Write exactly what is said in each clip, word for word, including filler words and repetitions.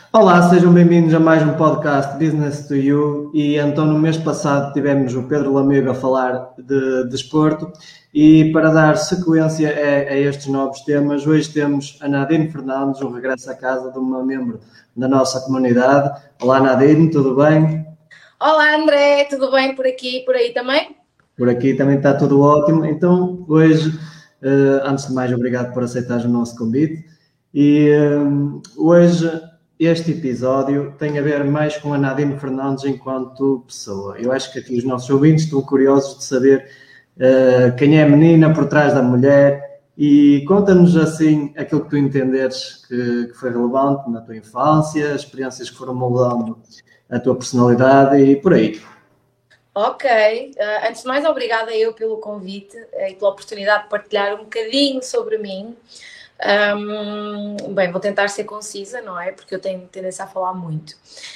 Olá, sejam bem-vindos a mais um podcast Business to You. E então, no mês passado, tivemos o Pedro Lamego a falar de desporto. E para dar sequência a, a estes novos temas, hoje temos a Nadine Fernandes, um regresso a casa de uma membro da nossa comunidade. Olá, Nadine, tudo bem? Olá, André, tudo bem por aqui e por aí também? Por aqui também está tudo ótimo. Então, hoje, uh, antes de mais, obrigado por aceitares o nosso convite. E uh, hoje, este episódio tem a ver mais com a Nadine Fernandes enquanto pessoa. Eu acho que aqui os nossos ouvintes estão curiosos de saber uh, quem é a menina por trás da mulher. E conta-nos assim aquilo que tu entenderes que, que foi relevante na tua infância, as experiências que foram moldando a tua personalidade e por aí. Ok, uh, antes de mais, obrigada eu pelo convite uh, e pela oportunidade de partilhar um bocadinho sobre mim. Um, bem, vou tentar ser concisa, não é? Porque eu tenho tendência a falar muito.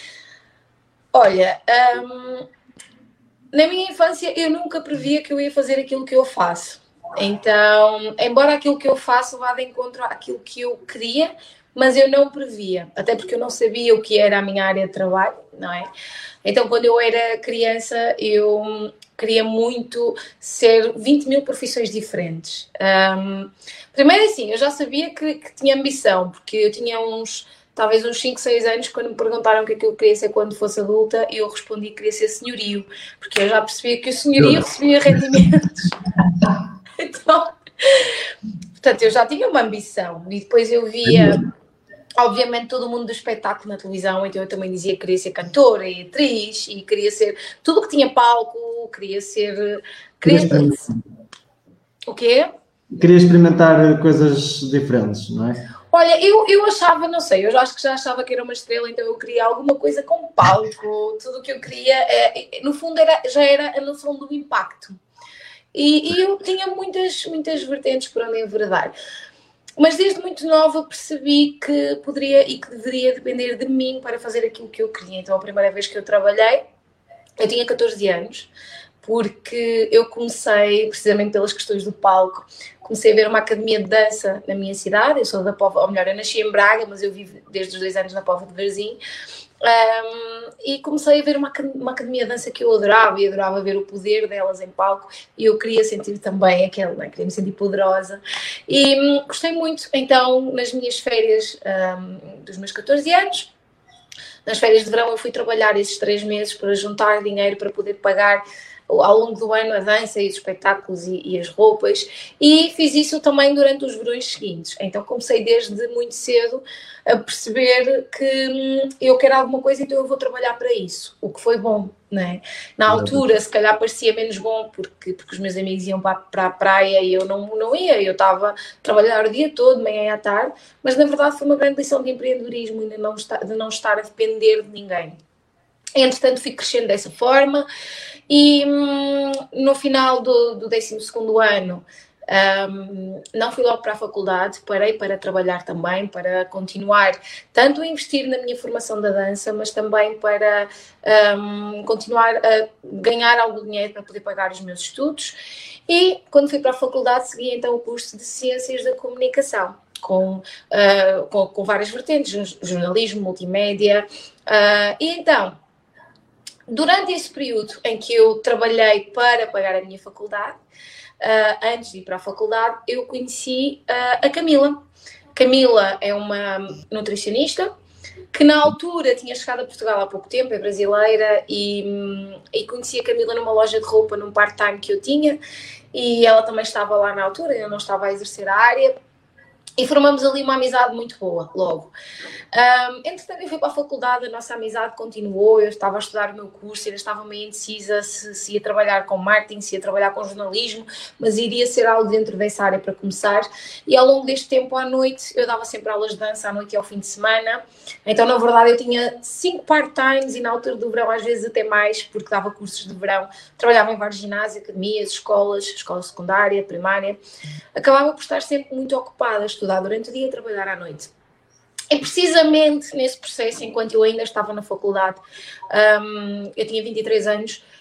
Olha, um, na minha infância eu nunca previa que eu ia fazer aquilo que eu faço. Então, embora aquilo que eu faço vá de encontro àquilo que eu queria, mas eu não previa, até porque eu não sabia o que era a minha área de trabalho, não é? Então, quando eu era criança, eu queria muito ser vinte mil profissões diferentes. Um, primeiro, assim, eu já sabia que, que tinha ambição, porque eu tinha uns, talvez uns cinco, seis anos, quando me perguntaram o que é que eu queria ser quando fosse adulta, eu respondi que queria ser senhorio, porque eu já percebia que o senhorio recebia rendimentos. Então, portanto, eu já tinha uma ambição, e depois eu via... Obviamente todo o mundo do espetáculo na televisão, então eu também dizia que queria ser cantora e atriz e queria ser tudo que tinha palco, queria ser... Queria... O quê? Queria experimentar coisas diferentes, não é? Olha, eu, eu achava, não sei, eu acho que já achava que era uma estrela, então eu queria alguma coisa com palco, tudo o que eu queria, é, no fundo era, já era a noção do impacto. E, e eu tinha muitas, muitas vertentes por onde enveredar. Mas desde muito nova percebi que poderia e que deveria depender de mim para fazer aquilo que eu queria. Então a primeira vez que eu trabalhei, eu tinha catorze anos, porque eu comecei, precisamente pelas questões do palco, comecei a ver uma academia de dança na minha cidade. Eu sou da Póvoa, ou melhor, eu nasci em Braga, mas eu vivo desde os dois anos na Póvoa de Varzim. Um, e comecei a ver uma, uma academia de dança que eu adorava e adorava ver o poder delas em palco e eu queria sentir também aquele, né? Queria me sentir poderosa e um, gostei muito. Então nas minhas férias um, dos meus catorze anos, nas férias de verão eu fui trabalhar esses três meses para juntar dinheiro para poder pagar ao longo do ano a dança e os espetáculos e, e as roupas, e fiz isso também durante os verões seguintes. Então comecei desde muito cedo a perceber que hum, eu quero alguma coisa, então eu vou trabalhar para isso, o que foi bom, não é? Na altura se calhar parecia menos bom porque, porque os meus amigos iam para, para a praia e eu não, não ia, eu estava a trabalhar o dia todo, de manhã à tarde, mas na verdade foi uma grande lição de empreendedorismo e de não estar, de não estar a depender de ninguém. Entretanto fui crescendo dessa forma e hum, no final do, do décimo segundo ano um, não fui logo para a faculdade, parei para trabalhar também, para continuar tanto a investir na minha formação da dança, mas também para um, continuar a ganhar algum dinheiro para poder pagar os meus estudos. E quando fui para a faculdade segui então o curso de Ciências da Comunicação, com, uh, com, com várias vertentes, jornalismo, multimédia, uh, e então durante esse período em que eu trabalhei para pagar a minha faculdade, uh, antes de ir para a faculdade, eu conheci uh, a Camila. Camila é uma nutricionista que na altura tinha chegado a Portugal há pouco tempo, é brasileira, e, e conheci a Camila numa loja de roupa, num part-time que eu tinha, e ela também estava lá na altura, eu não estava a exercer a área, e formamos ali uma amizade muito boa, logo. Um, entretanto, eu fui para a faculdade, a nossa amizade continuou, eu estava a estudar o meu curso, ainda estava meio indecisa se, se ia trabalhar com marketing, se ia trabalhar com jornalismo, mas iria ser algo dentro dessa área para começar. E ao longo deste tempo, à noite, eu dava sempre aulas de dança, à noite e ao fim de semana. Então, na verdade, eu tinha cinco part-times e na altura do verão, às vezes até mais, porque dava cursos de verão. Trabalhava em vários ginásios, academias, escolas, escola secundária, primária. Acabava por estar sempre muito ocupada, estudar durante o dia e trabalhar à noite. E precisamente nesse processo, enquanto eu ainda estava na faculdade, um, eu tinha vinte e três anos,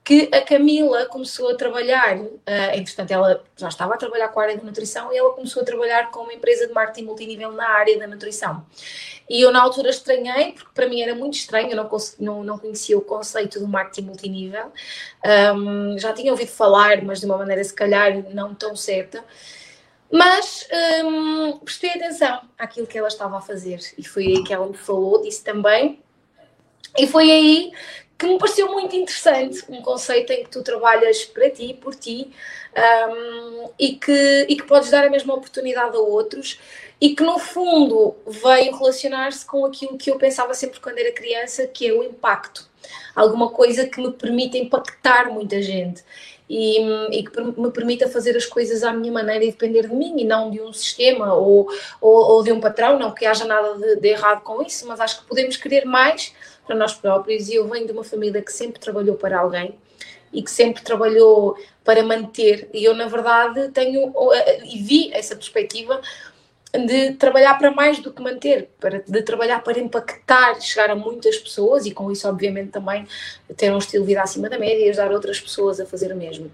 que a Camila começou a trabalhar, uh, entretanto ela já estava a trabalhar com a área de nutrição e ela começou a trabalhar com uma empresa de marketing multinível na área da nutrição. E eu na altura estranhei, porque para mim era muito estranho, eu não, não, não conhecia o conceito do marketing multinível, um, já tinha ouvido falar, mas de uma maneira se calhar não tão certa, mas um, prestei atenção àquilo que ela estava a fazer e foi aí que ela me falou disso também, e foi aí que me pareceu muito interessante, um conceito em que tu trabalhas para ti, por ti, um, e, que, e que podes dar a mesma oportunidade a outros, e que no fundo veio relacionar-se com aquilo que eu pensava sempre quando era criança, que é o impacto. Alguma coisa que me permita impactar muita gente e, e que me permita fazer as coisas à minha maneira e depender de mim e não de um sistema ou, ou, ou de um patrão, não que haja nada de, de errado com isso, mas acho que podemos querer mais para nós próprios, e eu venho de uma família que sempre trabalhou para alguém e que sempre trabalhou para manter, e eu na verdade tenho e vi essa perspectiva de trabalhar para mais do que manter, para, de trabalhar para impactar, chegar a muitas pessoas e com isso obviamente também ter um estilo de vida acima da média e ajudar outras pessoas a fazer o mesmo.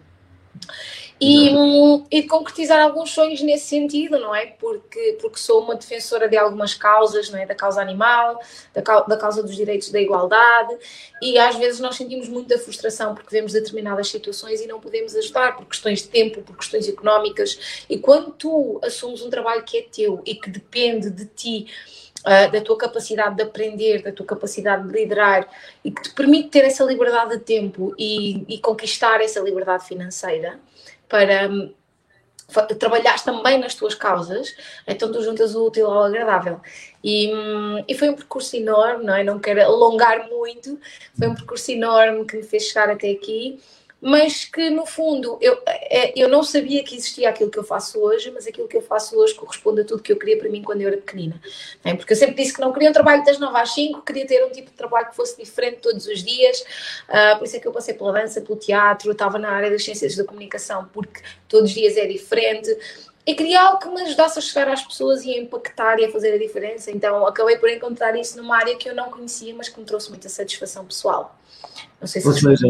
E, e de concretizar alguns sonhos nesse sentido, não é? Porque, porque sou uma defensora de algumas causas, não é? Da causa animal, da, da causa dos direitos da igualdade, e às vezes nós sentimos muita frustração porque vemos determinadas situações e não podemos ajudar por questões de tempo, por questões económicas, e quando tu assumes um trabalho que é teu e que depende de ti, Uh, da tua capacidade de aprender, da tua capacidade de liderar e que te permite ter essa liberdade de tempo e, e conquistar essa liberdade financeira para um, trabalhares também nas tuas causas, então tu juntas o útil ao agradável. E, um, e foi um percurso enorme, não é? Não quero alongar muito, foi um percurso enorme que me fez chegar até aqui, mas que no fundo eu, eu não sabia que existia aquilo que eu faço hoje, mas aquilo que eu faço hoje corresponde a tudo que eu queria para mim quando eu era pequenina, é? Porque eu sempre disse que não queria um trabalho das nove às cinco, queria ter um tipo de trabalho que fosse diferente todos os dias, uh, por isso é que eu passei pela dança, pelo teatro, eu estava na área das ciências da comunicação porque todos os dias é diferente. E queria algo que me ajudasse a chegar às pessoas e a impactar e a fazer a diferença. Então acabei por encontrar isso numa área que eu não conhecia, mas que me trouxe muita satisfação pessoal. Não sei se... Ou seja,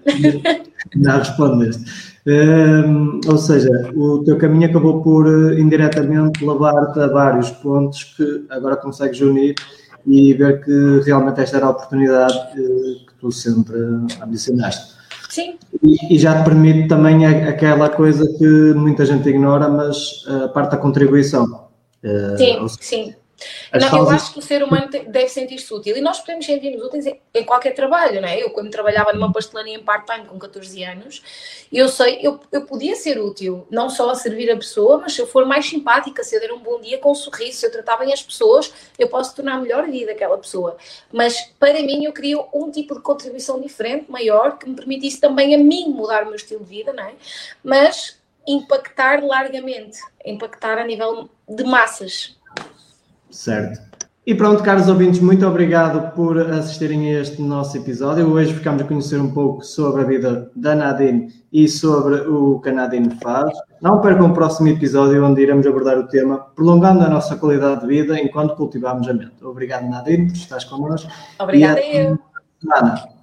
não respondeste. Um, ou seja, o teu caminho acabou por indiretamente levar-te a vários pontos que agora consegues unir e ver que realmente esta era a oportunidade que, que tu sempre ambicionaste. Sim. E, e já te permite também aquela coisa que muita gente ignora, mas a parte da contribuição. Sim, uh, sim. Não, eu acho que o ser humano deve sentir-se útil e nós podemos sentir-nos úteis em, em qualquer trabalho, não é? Eu, quando trabalhava numa pastelaria em part-time com catorze anos, eu sei, eu, eu podia ser útil, não só a servir a pessoa, mas se eu for mais simpática, se eu der um bom dia com um sorriso, se eu tratar bem as pessoas, eu posso tornar melhor a vida daquela pessoa. Mas, para mim, eu queria um tipo de contribuição diferente, maior, que me permitisse também a mim mudar o meu estilo de vida, não é? Mas impactar largamente, impactar a nível de massas. Certo. E pronto, caros ouvintes, muito obrigado por assistirem a este nosso episódio. Hoje ficamos a conhecer um pouco sobre a vida da Nadine e sobre o que a Nadine faz. Não percam o próximo episódio, onde iremos abordar o tema prolongando a nossa qualidade de vida enquanto cultivamos a mente. Obrigado, Nadine, por estares connosco. Obrigada eu. Semana.